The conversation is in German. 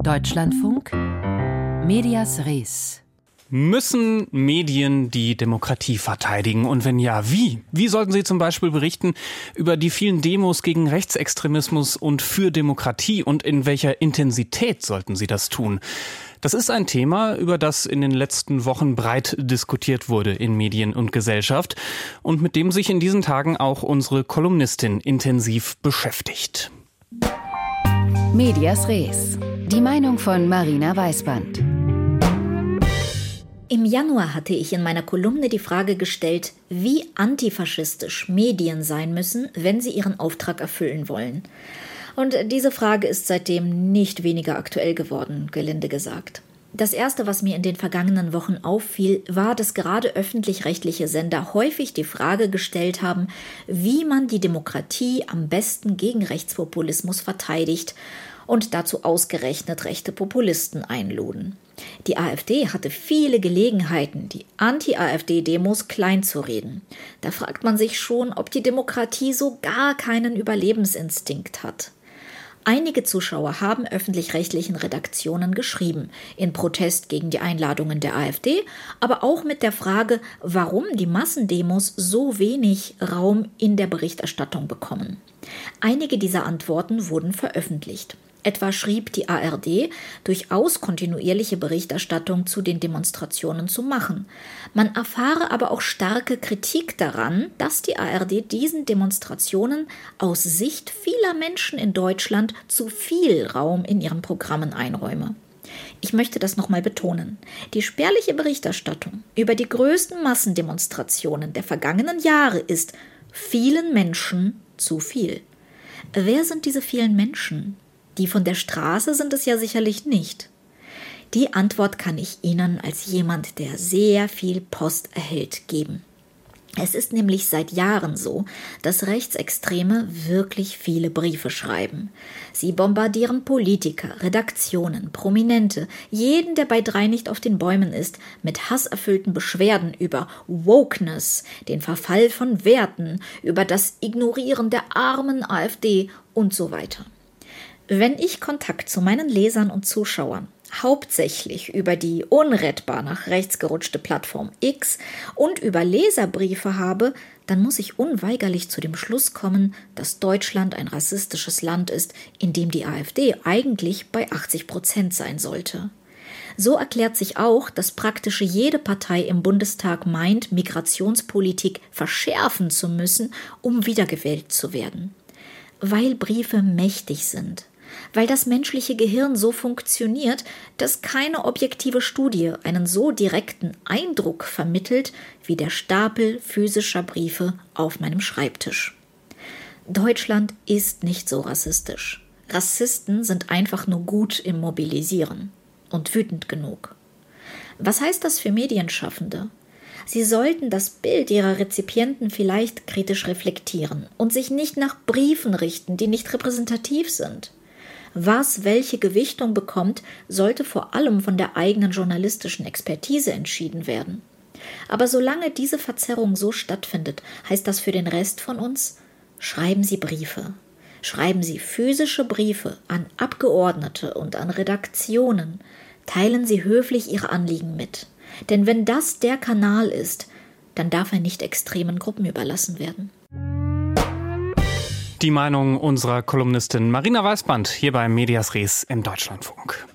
Deutschlandfunk, Medias Res. Müssen Medien die Demokratie verteidigen? Und wenn ja, wie? Wie sollten sie zum Beispiel berichten über die vielen Demos gegen Rechtsextremismus und für Demokratie? Und in welcher Intensität sollten sie das tun? Das ist ein Thema, über das in den letzten Wochen breit diskutiert wurde in Medien und Gesellschaft und mit dem sich in diesen Tagen auch unsere Kolumnistin intensiv beschäftigt. Medias Res. Die Meinung von Marina Weißband. Im Januar hatte ich in meiner Kolumne die Frage gestellt, wie antifaschistisch Medien sein müssen, wenn sie ihren Auftrag erfüllen wollen. Und diese Frage ist seitdem nicht weniger aktuell geworden, gelinde gesagt. Das Erste, was mir in den vergangenen Wochen auffiel, war, dass gerade öffentlich-rechtliche Sender häufig die Frage gestellt haben, wie man die Demokratie am besten gegen Rechtspopulismus verteidigt und dazu ausgerechnet rechte Populisten einluden. Die AfD hatte viele Gelegenheiten, die Anti-AfD-Demos kleinzureden. Da fragt man sich schon, ob die Demokratie so gar keinen Überlebensinstinkt hat. Einige Zuschauer haben öffentlich-rechtlichen Redaktionen geschrieben, in Protest gegen die Einladungen der AfD, aber auch mit der Frage, warum die Massendemos so wenig Raum in der Berichterstattung bekommen. Einige dieser Antworten wurden veröffentlicht. Etwa schrieb die ARD, durchaus kontinuierliche Berichterstattung zu den Demonstrationen zu machen. Man erfahre aber auch starke Kritik daran, dass die ARD diesen Demonstrationen aus Sicht vieler Menschen in Deutschland zu viel Raum in ihren Programmen einräume. Ich möchte das nochmal betonen. Die spärliche Berichterstattung über die größten Massendemonstrationen der vergangenen Jahre ist vielen Menschen zu viel. Wer sind diese vielen Menschen? Die von der Straße sind es ja sicherlich nicht. Die Antwort kann ich Ihnen als jemand, der sehr viel Post erhält, geben. Es ist nämlich seit Jahren so, dass Rechtsextreme wirklich viele Briefe schreiben. Sie bombardieren Politiker, Redaktionen, Prominente, jeden, der bei 3 nicht auf den Bäumen ist, mit hasserfüllten Beschwerden über Wokeness, den Verfall von Werten, über das Ignorieren der armen AfD und so weiter. Wenn ich Kontakt zu meinen Lesern und Zuschauern hauptsächlich über die unrettbar nach rechts gerutschte Plattform X und über Leserbriefe habe, dann muss ich unweigerlich zu dem Schluss kommen, dass Deutschland ein rassistisches Land ist, in dem die AfD eigentlich bei 80% sein sollte. So erklärt sich auch, dass praktisch jede Partei im Bundestag meint, Migrationspolitik verschärfen zu müssen, um wiedergewählt zu werden. Weil Briefe mächtig sind. Weil das menschliche Gehirn so funktioniert, dass keine objektive Studie einen so direkten Eindruck vermittelt wie der Stapel physischer Briefe auf meinem Schreibtisch. Deutschland ist nicht so rassistisch. Rassisten sind einfach nur gut im Mobilisieren und wütend genug. Was heißt das für Medienschaffende? Sie sollten das Bild ihrer Rezipienten vielleicht kritisch reflektieren und sich nicht nach Briefen richten, die nicht repräsentativ sind. Was welche Gewichtung bekommt, sollte vor allem von der eigenen journalistischen Expertise entschieden werden. Aber solange diese Verzerrung so stattfindet, heißt das für den Rest von uns, schreiben Sie Briefe. Schreiben Sie physische Briefe an Abgeordnete und an Redaktionen. Teilen Sie höflich Ihre Anliegen mit. Denn wenn das der Kanal ist, dann darf er nicht extremen Gruppen überlassen werden. Die Meinung unserer Kolumnistin Marina Weißband hier bei Medias Res im Deutschlandfunk.